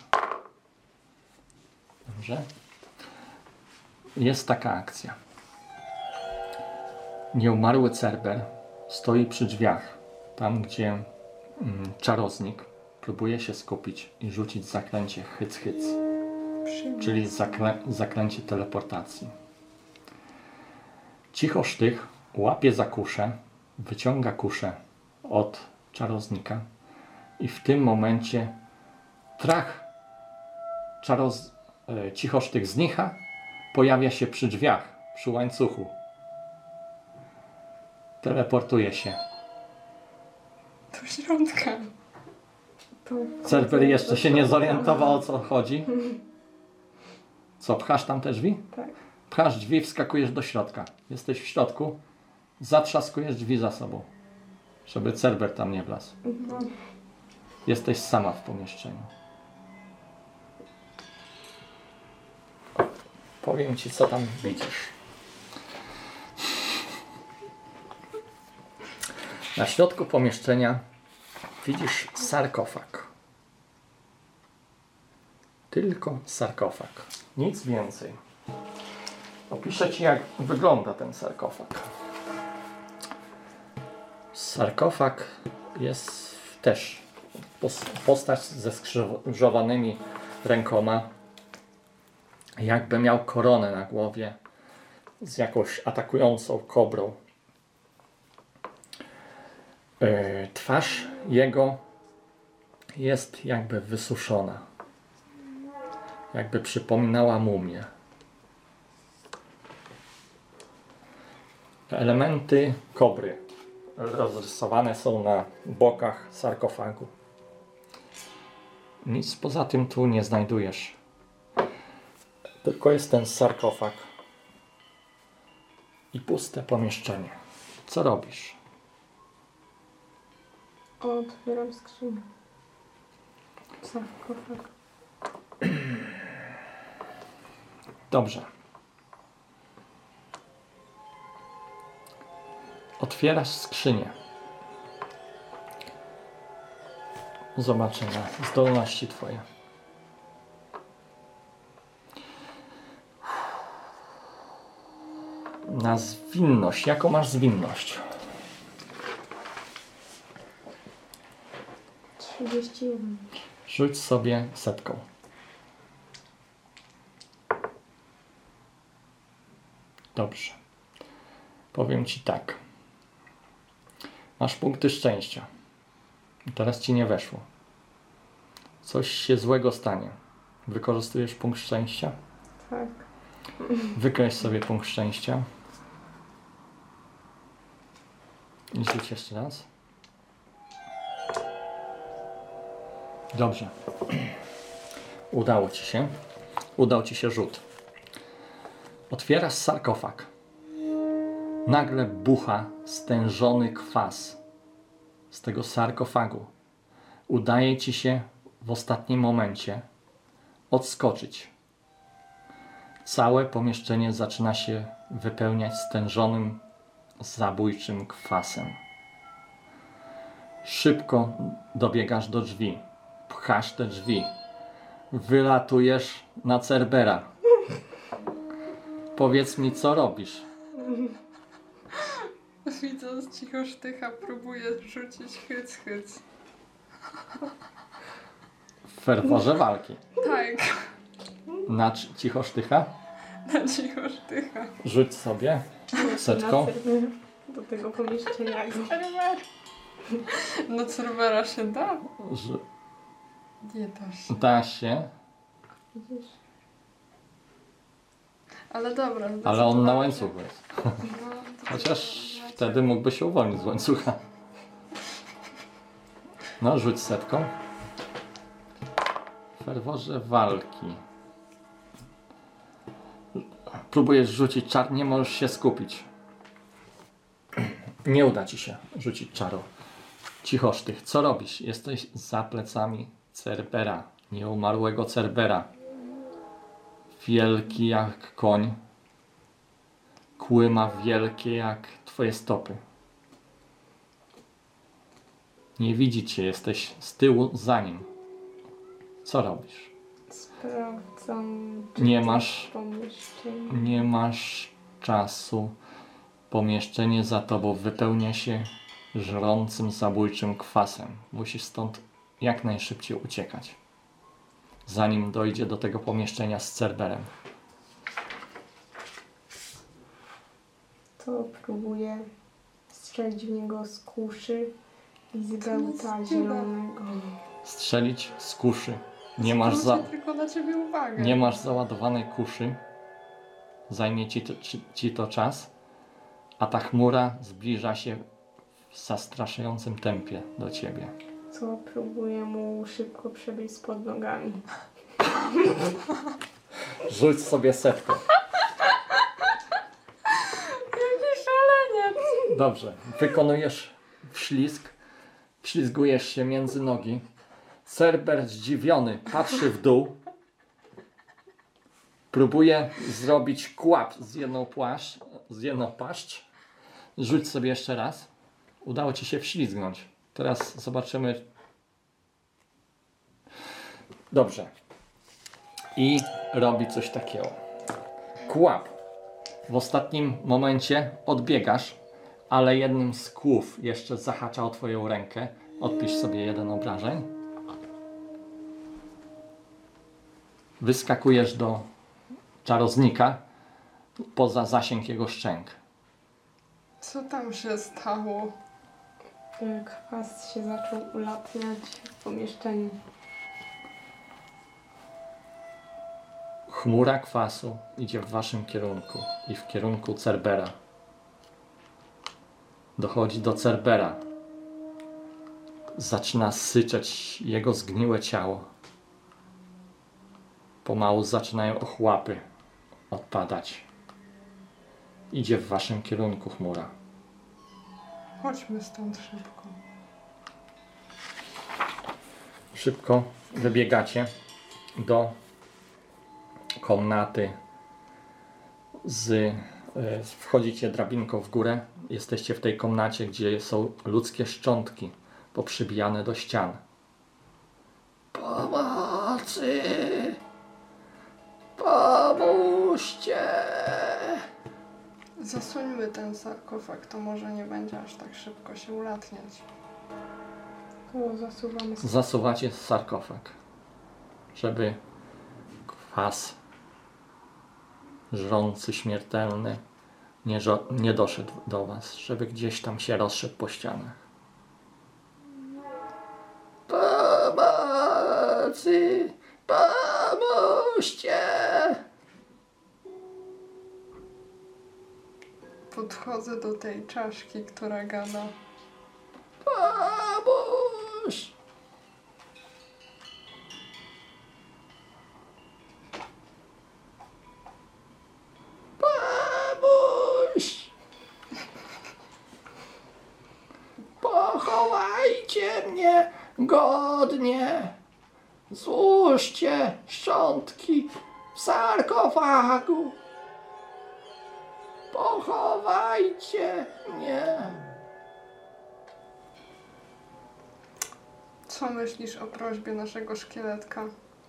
Dobrze. Jest taka akcja. Nieumarły Cerber stoi przy drzwiach, tam gdzie czarownik próbuje się skupić i rzucić zaklęcie hyc-hyc, czyli zaklęcie teleportacji. Cichosztych łapie za kuszę, wyciąga kuszę od czarownika i w tym momencie trach Cichosztych znicha, pojawia się przy drzwiach, przy łańcuchu. Teleportuje się. Do środka. To Cerber jeszcze się nie zorientował, o co chodzi. Co, pchasz tam te drzwi? Tak. Pchasz drzwi, wskakujesz do środka. Jesteś w środku, zatrzaskujesz drzwi za sobą, żeby Cerber tam nie wlazł. No, Jesteś sama w pomieszczeniu. Powiem ci, co tam widzisz. Na środku pomieszczenia widzisz sarkofag. Tylko sarkofag. Nic więcej. Opiszę ci, jak wygląda ten sarkofag. Sarkofag jest też postać ze skrzyżowanymi rękoma. Jakby miał koronę na głowie z jakąś atakującą kobrą. Twarz jego jest jakby wysuszona. Jakby przypominała mumię. Elementy kobry rozrysowane są na bokach sarkofagu. Nic poza tym tu nie znajdujesz. Tylko jest ten sarkofag i puste pomieszczenie. Co robisz? otwieram skrzynię. Sarkofag. Dobrze. Otwierasz skrzynię. Zobaczymy zdolności twoje. Na zwinność. Jaką masz zwinność? 31. Rzuć sobie setką. Dobrze. Powiem ci tak. Masz punkty szczęścia. Teraz ci nie weszło. Coś się złego stanie. Wykorzystujesz punkt szczęścia? Tak. Wykreś sobie punkt szczęścia. I rzuć jeszcze raz. Dobrze. Udało ci się. Udał ci się rzut. Otwierasz sarkofag. Nagle bucha stężony kwas z tego sarkofagu. Udaje ci się w ostatnim momencie odskoczyć. Całe pomieszczenie zaczyna się wypełniać stężonym, zabójczym kwasem. Szybko dobiegasz do drzwi. Pchasz te drzwi. Wylatujesz na Cerbera. Powiedz mi, co robisz? Widząc cicho sztycha, próbuję rzucić hyc. W ferworze walki. Tak, Na cicho sztycha? na cicho sztycha. Rzuć sobie setką. Do tego pomieszczenia. No Cerbera się da? Że Nie da się. da się, Widzisz? Ale dobra. ale on na zdecydowanie. łańcuchu jest. No, Chociaż wtedy mógłby się uwolnić z łańcucha. No, rzuć setką. W ferworze walki. Próbujesz rzucić czar, nie możesz się skupić. Nie uda ci się rzucić czaru. Cichosztych, co robisz? Jesteś za plecami Cerbera, nieumarłego Cerbera. Wielki jak koń. Kły ma wielkie jak twoje stopy. Nie widzi cię, jesteś z tyłu za nim. Co robisz? Sprawdzam. Nie masz, Pomieszczenie. nie masz czasu. Pomieszczenie za tobą wypełnia się żrącym, zabójczym kwasem. Musisz stąd jak najszybciej uciekać, zanim dojdzie do tego pomieszczenia z Cerberem. To próbuję strzelić w niego z kuszy i z nic bełta nie da. zielonego. Strzelić z kuszy. Nie masz, Zwrócę tylko na ciebie uwagę. nie masz załadowanej kuszy. Zajmie ci to czas. A ta chmura zbliża się w zastraszającym tempie do ciebie. Co próbuję mu szybko przebiec pod nogami. Rzuć sobie setkę. Jaki szaleniec! Dobrze. Wykonujesz wślizg. Wślizgujesz się między nogi. Cerber zdziwiony patrzy w dół. Próbuje zrobić kłap z jedną paszcz. Rzuć sobie jeszcze raz. Udało ci się wślizgnąć. Teraz zobaczymy. Dobrze. I robi coś takiego. Kłap. W ostatnim momencie odbiegasz, ale jednym z kłów jeszcze zahacza o twoją rękę. Odpisz sobie 1 obrażeń. Wyskakujesz do czarownika poza zasięg jego szczęk. Co tam się stało? Kwas się zaczął ulatniać w pomieszczeniu. Chmura kwasu idzie w waszym kierunku i w kierunku Cerbera. Dochodzi do Cerbera. Zaczyna syczeć jego zgniłe ciało. Pomału zaczynają ochłapy odpadać. Idzie w waszym kierunku chmura. Chodźmy stąd szybko. Szybko wybiegacie do komnaty wchodzicie drabinką w górę. Jesteście w tej komnacie, gdzie są ludzkie szczątki poprzybijane do ścian. Pomocy! Pomóżcie! Zasuńmy ten sarkofag, to może nie będzie aż tak szybko się ulatniać. To zasuwamy. Zasuwacie sarkofag, żeby kwas żrący, śmiertelny nie doszedł do was, żeby gdzieś tam się rozszedł po ścianach. Pomocy! Pomóżcie! Podchodzę do tej czaszki, która gada. Pomóż! Pomóż! Pochowajcie mnie godnie! Złóżcie szczątki w sarkofagu. Pochowajcie mnie. Co myślisz o prośbie naszego szkieletka?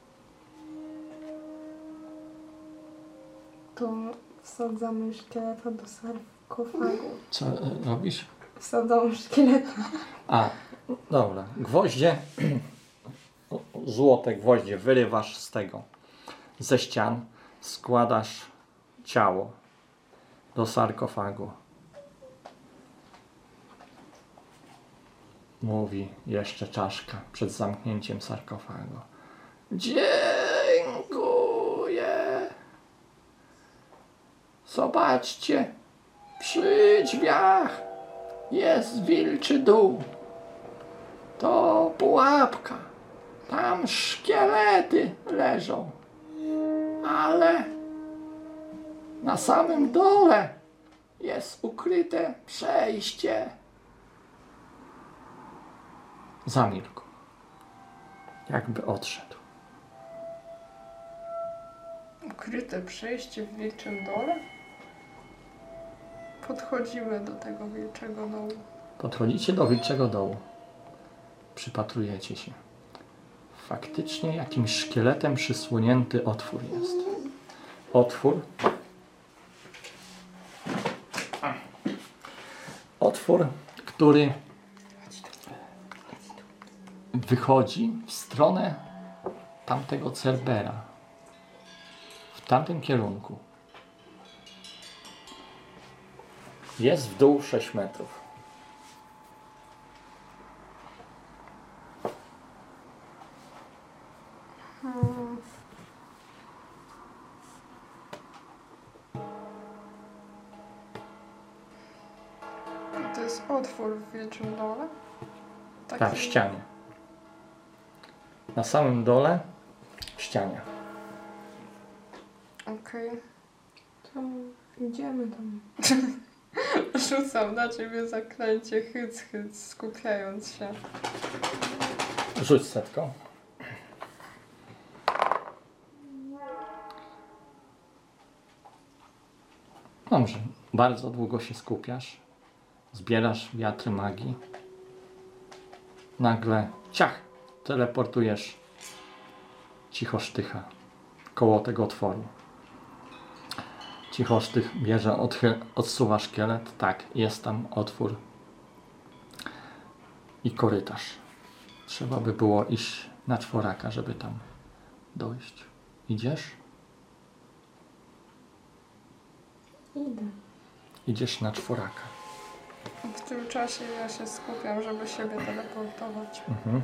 To wsadzamy szkieleta do sarkofagu. Co robisz? Wsadzamy szkieleta. A, dobra. Gwoździe, złote gwoździe wyrywasz z tego, ze ścian, składasz ciało do sarkofagu. Mówi jeszcze czaszka przed zamknięciem sarkofagu. Dziękuję. Zobaczcie, przy drzwiach jest wilczy dół. To pułapka. Tam szkielety leżą. Ale na samym dole jest ukryte przejście. Zamilkł. Jakby odszedł. Ukryte przejście w wilczym dole? Podchodzimy do tego wilczego dołu. Podchodzicie do wilczego dołu. Przypatrujecie się. Faktycznie jakimś szkieletem przysłonięty otwór jest. Otwór, który wychodzi w stronę tamtego Cerbera. W tamtym kierunku. Jest w dół 6 metrów. To jest otwór w wilczym dole? Tak, w ścianie. Na samym dole w ścianie. Okej. To idziemy tam. Rzucam na ciebie zaklęcie hyc, skupiając się. Rzuć setką. Dobrze. Bardzo długo się skupiasz. Zbierasz wiatry magii. Nagle ciach! Teleportujesz Cichosztycha koło tego otworu. Cichosztych bierze, odsuwa szkielet. Tak, jest tam otwór i korytarz. Trzeba by było iść na czworaka, żeby tam dojść. Idziesz? Idę. Idziesz na czworaka. W tym czasie ja się skupiam, żeby siebie teleportować.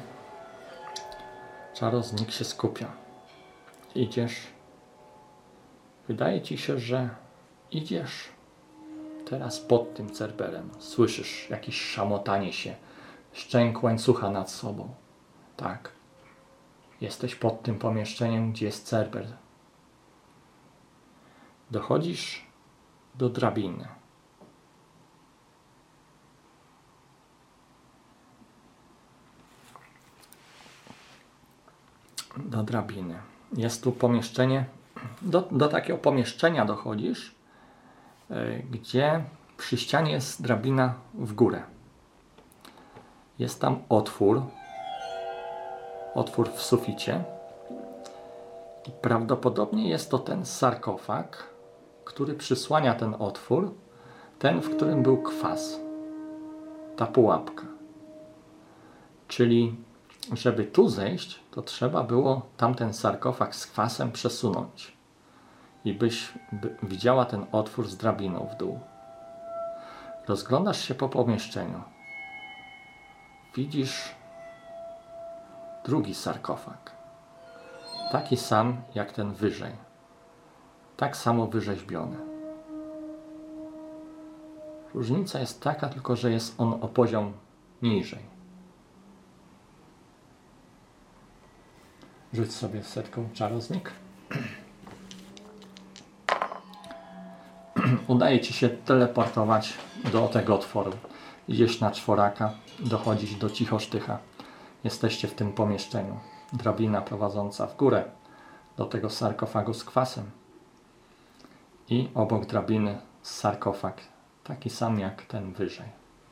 Czarownik się skupia. Idziesz. Wydaje ci się, że idziesz teraz pod tym Cerberem. Słyszysz jakieś szamotanie się, szczęk łańcucha nad sobą. Tak. Jesteś pod tym pomieszczeniem, gdzie jest Cerber. Dochodzisz do drabiny. Do drabiny. Jest tu pomieszczenie. Do takiego pomieszczenia dochodzisz, gdzie przy ścianie jest drabina w górę. Jest tam otwór w suficie i prawdopodobnie jest to ten sarkofag, który przysłania ten otwór, ten, w którym był kwas, ta pułapka. Czyli żeby tu zejść, to trzeba było tamten sarkofag z kwasem przesunąć i byś widziała ten otwór z drabiną w dół. Rozglądasz się po pomieszczeniu. Widzisz drugi sarkofag. Taki sam jak ten wyżej. Tak samo wyrzeźbiony. Różnica jest taka tylko, że jest on o poziom niżej. Rzuć sobie setką czarownik. Udaje ci się teleportować do tego otworu. Idziesz na czworaka, dochodzisz do Cichosztycha. Jesteście w tym pomieszczeniu. Drabina prowadząca w górę do tego sarkofagu z kwasem. I obok drabiny sarkofag, taki sam jak ten wyżej.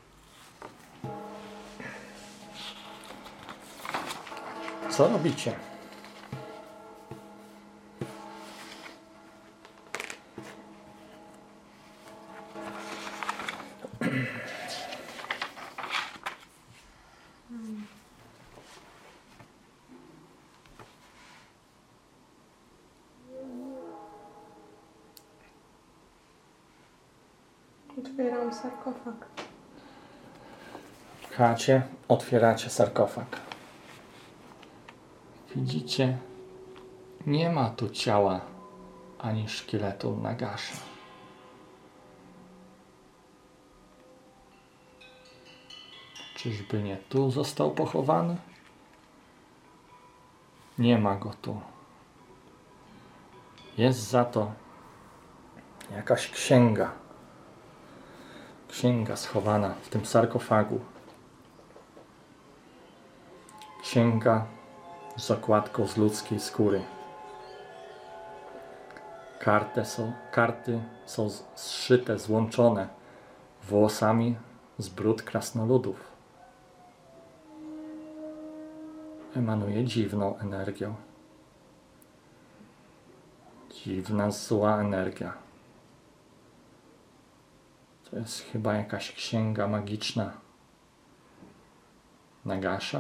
Co robicie? Otwieram sarkofag. W chacie otwieracie sarkofag. Widzicie, nie ma tu ciała ani szkieletu Nagasza. Czyżby nie tu został pochowany? Nie ma go tu. Jest za to jakaś księga. Księga schowana w tym sarkofagu. Księga z okładką z ludzkiej skóry. Karty są zszyte, złączone włosami z brud krasnoludów. Emanuje dziwną energią. Dziwna, zła energia. To jest chyba jakaś księga magiczna Nagasza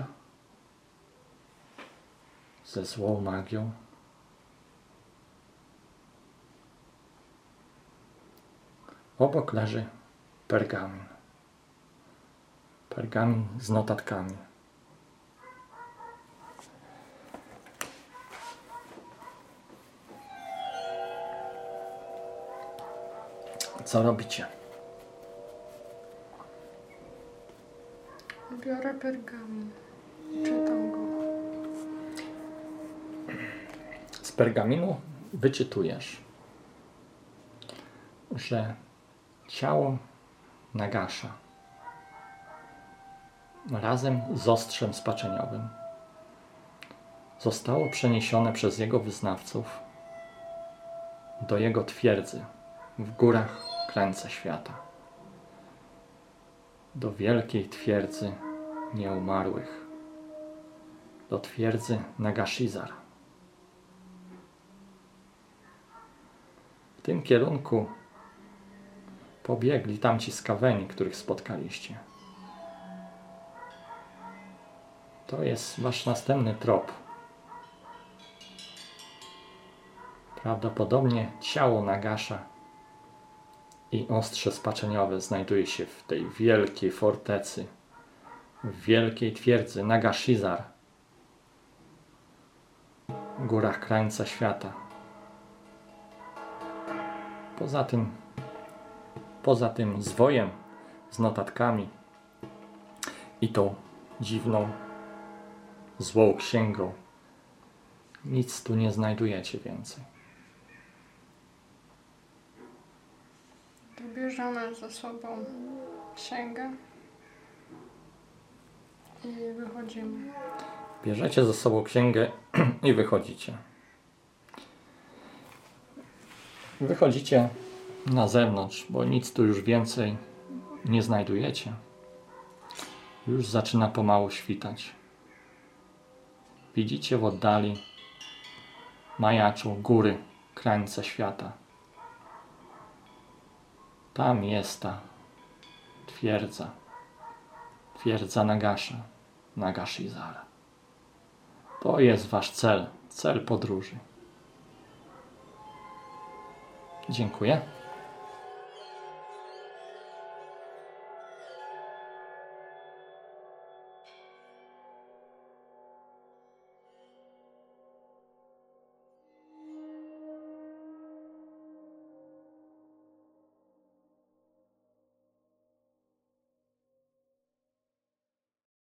ze złą magią. Obok leży pergamin. Pergamin z notatkami. Co robicie? Biorę pergamin. Czytam go. Z pergaminu wyczytujesz, że ciało Nagasza razem z ostrzem spaczeniowym zostało przeniesione przez jego wyznawców do jego twierdzy w górach krańca świata, do wielkiej twierdzy nieumarłych, do twierdzy Nagashizar. W tym kierunku pobiegli tamci skaweni, których spotkaliście. To jest wasz następny trop. Prawdopodobnie ciało Nagasza i ostrze spaczeniowe znajduje się w tej wielkiej fortecy, w wielkiej twierdzy Nagashizar, w górach krańca świata. Poza tym zwojem z notatkami i tą dziwną, złą księgą, nic tu nie znajdujecie więcej. To bierzemy ze sobą księgę i wychodzimy. Bierzecie ze sobą księgę i wychodzicie. Wychodzicie na zewnątrz, bo nic tu już więcej nie znajdujecie. Już zaczyna pomału świtać. Widzicie w oddali majaczą góry, krańce świata. Tam jest ta twierdza. Twierdza Nagasza, Nagashizar. To jest wasz cel podróży. Dziękuję.